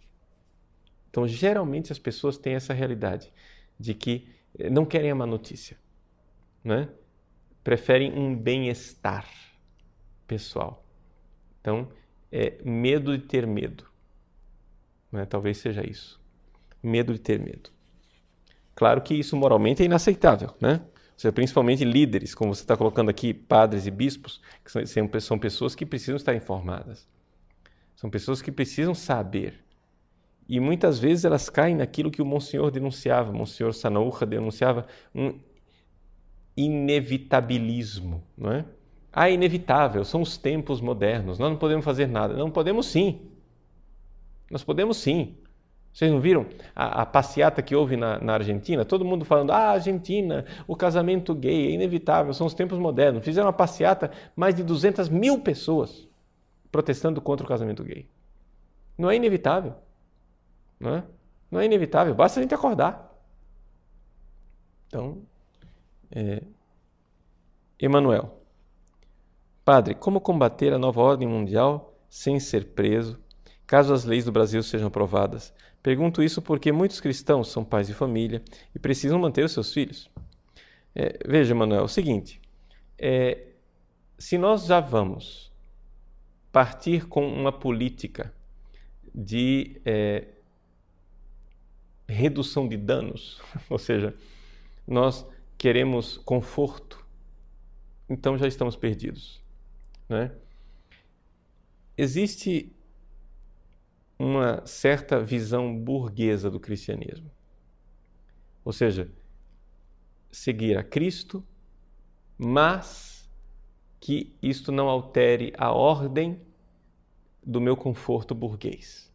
então geralmente as pessoas têm essa realidade de que não querem a má notícia, né? Preferem um bem-estar pessoal. Então, é medo de ter medo, né? Talvez seja isso, medo de ter medo. Claro que isso moralmente é inaceitável, né? Ou seja, principalmente líderes, como você está colocando aqui, padres e bispos, que são, são pessoas que precisam estar informadas. São pessoas que precisam saber. E muitas vezes elas caem naquilo que o Monsenhor denunciava, Monsenhor Sanahúja denunciava, um inevitabilismo, não é? Ah, é inevitável, são os tempos modernos, nós não podemos fazer nada. Não podemos sim. Nós podemos sim. Vocês não viram a, a passeata que houve na, na Argentina? Todo mundo falando, ah, Argentina, o casamento gay é inevitável, são os tempos modernos. Fizeram uma passeata, mais de duzentas mil pessoas protestando contra o casamento gay. Não é inevitável. Não é? Não é inevitável, basta a gente acordar. Então, é... Emanuel. Padre, como combater a nova ordem mundial sem ser preso, caso as leis do Brasil sejam aprovadas? Pergunto isso porque muitos cristãos são pais de família e precisam manter os seus filhos. É, veja, Emanuel, é o seguinte, é, se nós já vamos partir com uma política de é, redução de danos, ou seja, nós queremos conforto, então já estamos perdidos, né? Existe uma certa visão burguesa do cristianismo. Ou seja, seguir a Cristo, mas que isto não altere a ordem do meu conforto burguês.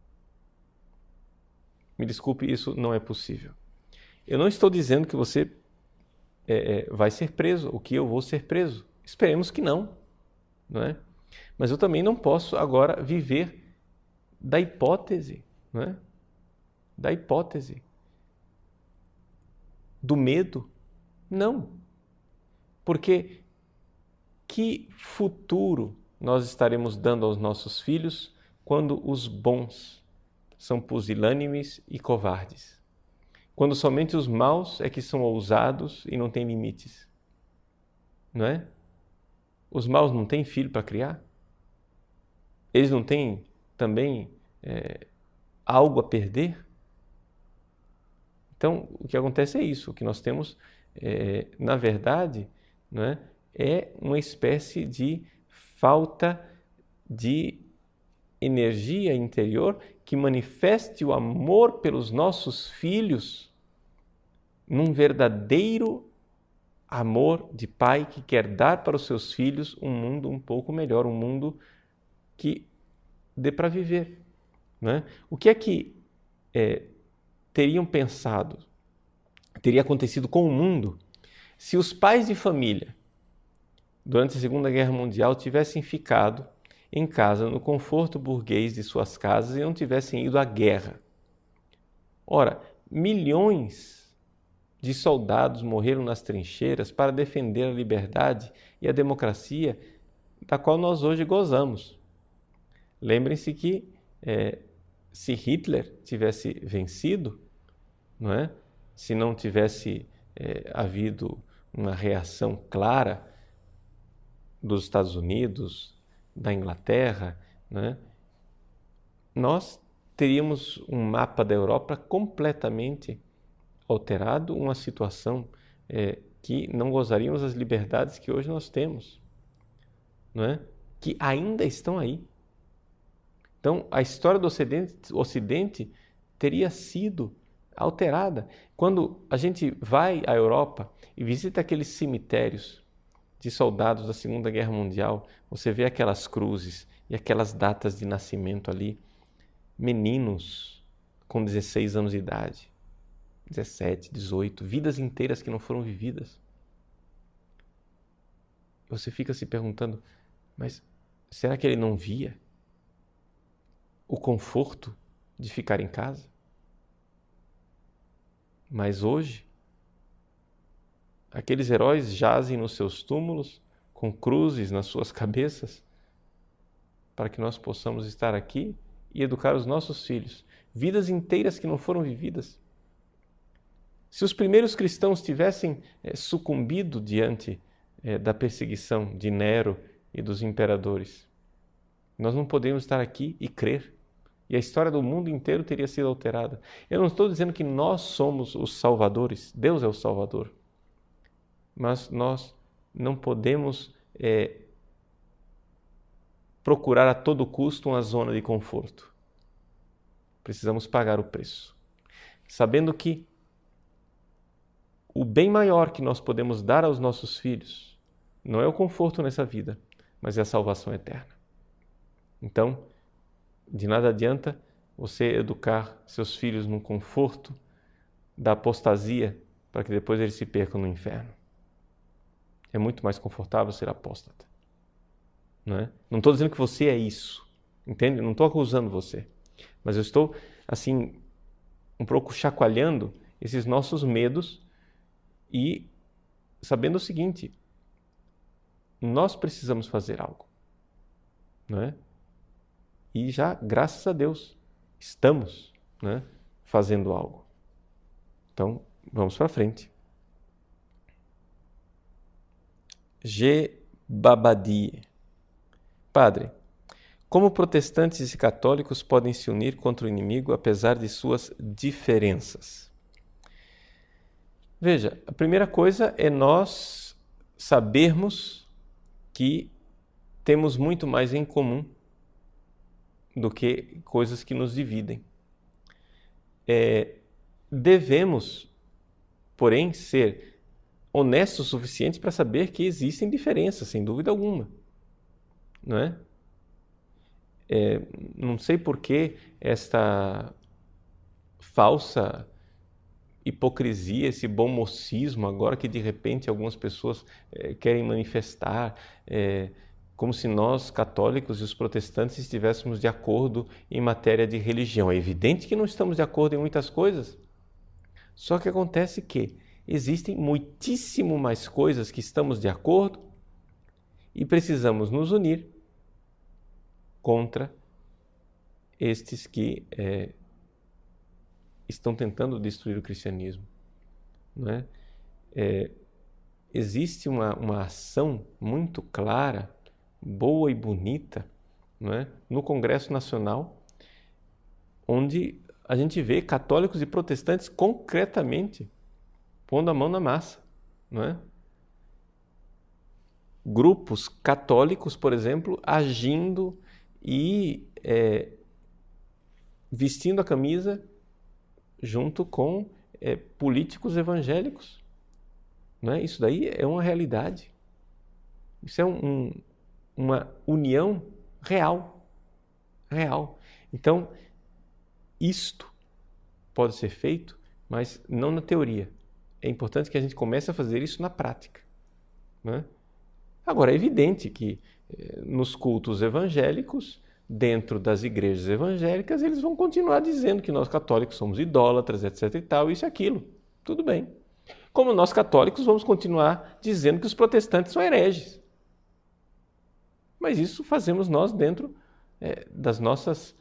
Me desculpe, isso não é possível. Eu não estou dizendo que você é, é, vai ser preso, ou que eu vou ser preso. Esperemos que não, não é? Mas eu também não posso agora viver da hipótese, não é? Da hipótese. Do medo? Não. Porque que futuro nós estaremos dando aos nossos filhos quando os bons são pusilânimes e covardes? Quando somente os maus é que são ousados e não têm limites? Não é? Os maus não têm filho para criar? Eles não têm também é, algo a perder? Então, o que acontece é isso. O que nós temos, é, na verdade, não é, é uma espécie de falta de energia interior que manifeste o amor pelos nossos filhos num verdadeiro amor de pai que quer dar para os seus filhos um mundo um pouco melhor, um mundo que dê para viver. Não é? O que é que é, teriam pensado, teria acontecido com o mundo se os pais de família, durante a Segunda Guerra Mundial, tivessem ficado em casa, no conforto burguês de suas casas e não tivessem ido à guerra? Ora, milhões de soldados morreram nas trincheiras para defender a liberdade e a democracia da qual nós hoje gozamos. Lembrem-se que é, se Hitler tivesse vencido, não é? Se não tivesse é, havido uma reação clara dos Estados Unidos, da Inglaterra, né, nós teríamos um mapa da Europa completamente alterado, uma situação é, que não gozaríamos das liberdades que hoje nós temos, não é? Que ainda estão aí. Então, a história do Ocidente, Ocidente teria sido alterada. Quando a gente vai à Europa e visita aqueles cemitérios de soldados da Segunda Guerra Mundial, você vê aquelas cruzes e aquelas datas de nascimento ali, meninos com dezesseis anos de idade, dezessete, dezoito, vidas inteiras que não foram vividas. Você fica se perguntando, mas será que ele não via o conforto de ficar em casa? Mas hoje, aqueles heróis jazem nos seus túmulos, com cruzes nas suas cabeças, para que nós possamos estar aqui e educar os nossos filhos. Vidas inteiras que não foram vividas. Se os primeiros cristãos tivessem é, sucumbido diante é, da perseguição de Nero e dos imperadores, nós não poderíamos estar aqui e crer. E a história do mundo inteiro teria sido alterada. Eu não estou dizendo que nós somos os salvadores, Deus é o Salvador. Mas nós não podemos é, procurar a todo custo uma zona de conforto. Precisamos pagar o preço. Sabendo que o bem maior que nós podemos dar aos nossos filhos não é o conforto nessa vida, mas é a salvação eterna. Então, de nada adianta você educar seus filhos num conforto da apostasia para que depois eles se percam no inferno. É muito mais confortável ser apóstata. Não é? Não estou dizendo que você é isso, entende? Não estou acusando você, mas eu estou, assim, um pouco chacoalhando esses nossos medos e sabendo o seguinte, nós precisamos fazer algo, não é? E já, graças a Deus, estamos, né, fazendo algo. Então, vamos para frente. G. Babadi. Padre, como protestantes e católicos podem se unir contra o inimigo apesar de suas diferenças? Veja, a primeira coisa é nós sabermos que temos muito mais em comum do que coisas que nos dividem. É, devemos porém ser honesto o suficiente para saber que existem diferenças, sem dúvida alguma. Não é? É, não sei por que esta falsa hipocrisia, esse bom mocismo, agora que de repente algumas pessoas é, querem manifestar, é, como se nós, católicos e os protestantes, estivéssemos de acordo em matéria de religião. É evidente que não estamos de acordo em muitas coisas, só que acontece que existem muitíssimo mais coisas que estamos de acordo e precisamos nos unir contra estes que é, estão tentando destruir o cristianismo. Não é? É, existe uma, uma ação muito clara, boa e bonita, não é? No Congresso Nacional, onde a gente vê católicos e protestantes concretamente pondo a mão na massa. Não é? Grupos católicos, por exemplo, agindo e é, vestindo a camisa junto com é, políticos evangélicos. Não é? Isso daí é uma realidade. Isso é um, um, uma união real. Real. Então, isto pode ser feito, mas não na teoria. É importante que a gente comece a fazer isso na prática. Não é? Agora, é evidente que eh, nos cultos evangélicos, dentro das igrejas evangélicas, eles vão continuar dizendo que nós católicos somos idólatras, etc e tal, isso e aquilo. Tudo bem. Como nós católicos vamos continuar dizendo que os protestantes são hereges. Mas isso fazemos nós dentro é, das nossas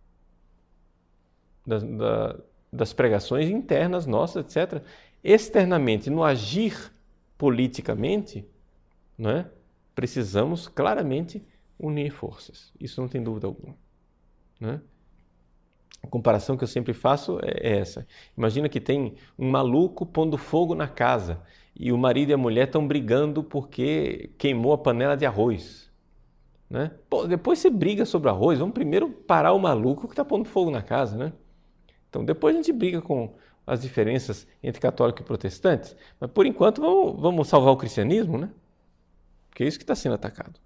das, da, das pregações internas nossas, etcétera. Externamente, no agir politicamente, não é? Precisamos claramente unir forças. Isso não tem dúvida alguma. Não é? A comparação que eu sempre faço é essa. Imagina que tem um maluco pondo fogo na casa e o marido e a mulher estão brigando porque queimou a panela de arroz. Né? Pô, depois você briga sobre arroz, vamos primeiro parar o maluco que está pondo fogo na casa. Né? Então depois a gente briga com as diferenças entre católicos e protestantes, mas por enquanto vamos, vamos salvar o cristianismo, né? Porque é isso que está sendo atacado.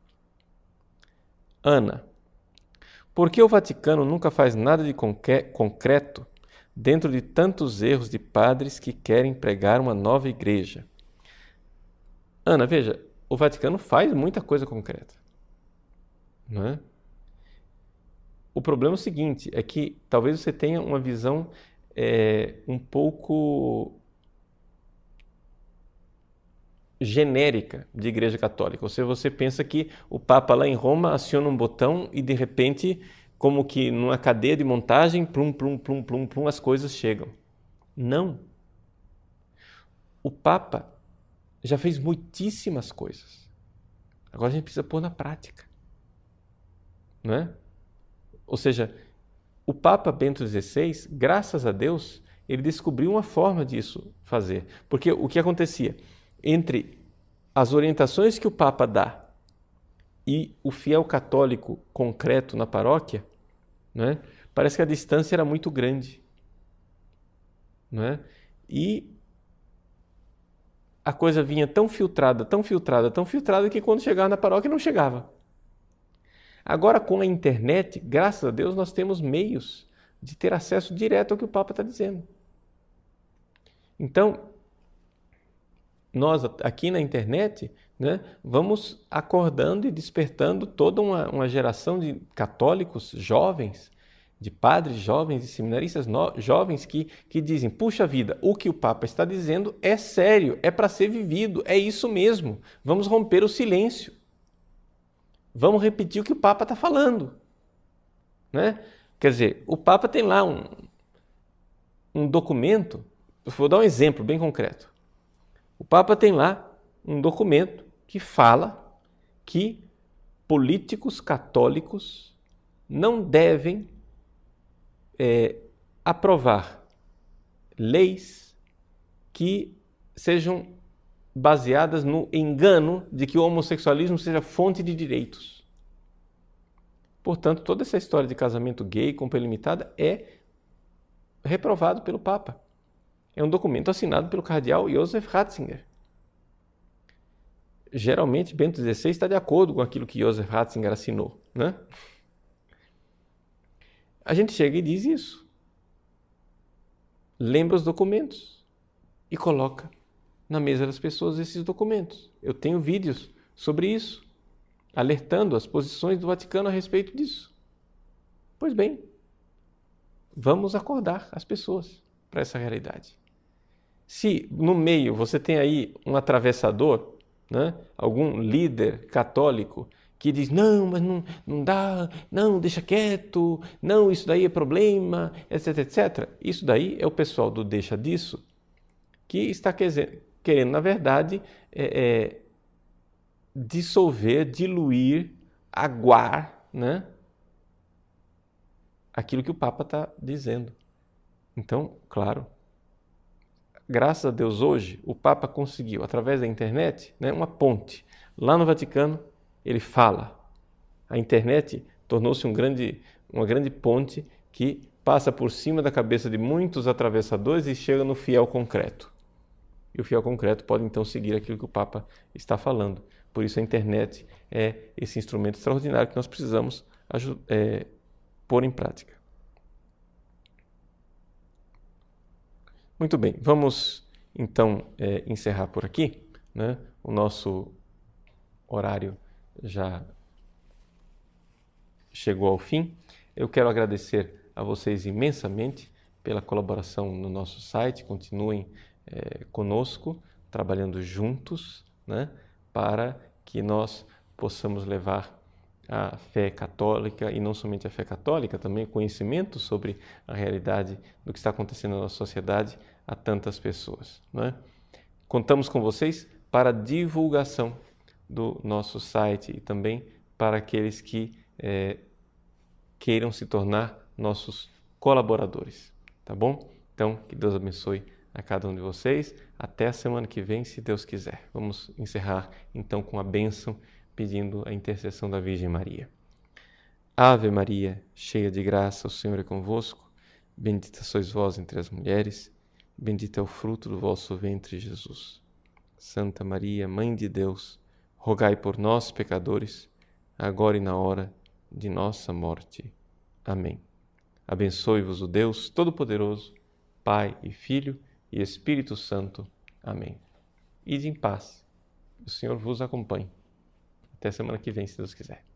Ana, por que o Vaticano nunca faz nada de concreto dentro de tantos erros de padres que querem pregar uma nova igreja? Ana, veja, o Vaticano faz muita coisa concreta. Não é? O problema é o seguinte, é que talvez você tenha uma visão é, um pouco genérica de igreja católica. Ou seja, você pensa que o Papa lá em Roma aciona um botão e de repente, como que numa cadeia de montagem, plum, plum, plum, plum, plum, as coisas chegam. Não. O Papa já fez muitíssimas coisas. Agora a gente precisa pôr na prática. Não é? Ou seja, o Papa Bento dezesseis, graças a Deus, ele descobriu uma forma disso fazer. Porque o que acontecia? Entre as orientações que o Papa dá e o fiel católico concreto na paróquia, né, parece que a distância era muito grande. Né? E a coisa vinha tão filtrada, tão filtrada, tão filtrada que quando chegava na paróquia não chegava. Agora, com a internet, graças a Deus, nós temos meios de ter acesso direto ao que o Papa está dizendo. Então, nós aqui na internet, né, vamos acordando e despertando toda uma, uma geração de católicos jovens, de padres jovens, de seminaristas no, jovens que, que dizem, puxa vida, o que o Papa está dizendo é sério, é para ser vivido, é isso mesmo, vamos romper o silêncio. Vamos repetir o que o Papa está falando. Né? Quer dizer, o Papa tem lá um, um documento, vou dar um exemplo bem concreto. O Papa tem lá um documento que fala que políticos católicos não devem é, aprovar leis que sejam baseadas no engano de que o homossexualismo seja fonte de direitos. Portanto, toda essa história de casamento gay com pele limitada é reprovado pelo Papa. É um documento assinado pelo cardeal Joseph Ratzinger. Geralmente, Bento dezesseis está de acordo com aquilo que Joseph Ratzinger assinou, né? A gente chega e diz isso. Lembra os documentos e coloca na mesa das pessoas esses documentos. Eu tenho vídeos sobre isso, alertando as posições do Vaticano a respeito disso. Pois bem, vamos acordar as pessoas para essa realidade. Se no meio você tem aí um atravessador, né, algum líder católico que diz, não, mas não, não dá, não, deixa quieto, não, isso daí é problema, etc, etcétera. Isso daí é o pessoal do deixa disso que está querendo, na verdade, é, é, dissolver, diluir, aguar, né, aquilo que o Papa está dizendo. Então, claro, graças a Deus hoje, o Papa conseguiu, através da internet, né, uma ponte. Lá no Vaticano, ele fala. A internet tornou-se um grande, uma grande ponte que passa por cima da cabeça de muitos atravessadores e chega no fiel concreto. E o fiel concreto pode então seguir aquilo que o Papa está falando. Por isso a internet é esse instrumento extraordinário que nós precisamos é, pôr em prática. Muito bem, vamos então é, encerrar por aqui, né? O nosso horário já chegou ao fim. Eu quero agradecer a vocês imensamente pela colaboração no nosso site. Continuem é, conosco, trabalhando juntos, né? Para que nós possamos levar a fé católica, e não somente a fé católica, também conhecimento sobre a realidade do que está acontecendo na nossa sociedade a tantas pessoas, né? Contamos com vocês para a divulgação do nosso site e também para aqueles que é, queiram se tornar nossos colaboradores, tá bom? Então, que Deus abençoe a cada um de vocês. Até a semana que vem, se Deus quiser. Vamos encerrar então com a bênção, pedindo a intercessão da Virgem Maria. Ave Maria, cheia de graça, o Senhor é convosco. Bendita sois vós entre as mulheres, bendito é o fruto do vosso ventre, Jesus. Santa Maria, Mãe de Deus, rogai por nós, pecadores, agora e na hora de nossa morte. Amém. Abençoe-vos o Deus Todo-Poderoso, Pai e Filho e Espírito Santo. Amém. Ide em paz. O Senhor vos acompanhe. Até semana que vem, se Deus quiser.